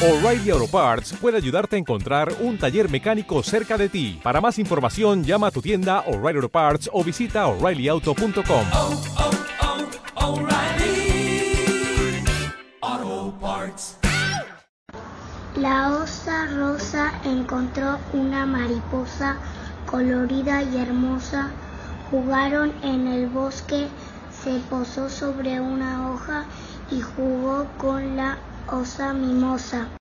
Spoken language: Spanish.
O'Reilly Auto Parts puede ayudarte a encontrar un taller mecánico cerca de ti. Para más información, llama a tu tienda O'Reilly Auto Parts o visita O'ReillyAuto.com. O'Reilly Auto Parts. La osa rosa encontró una mariposa colorida y hermosa. Jugaron en el bosque, se posó sobre una hoja y jugó con la osa mimosa.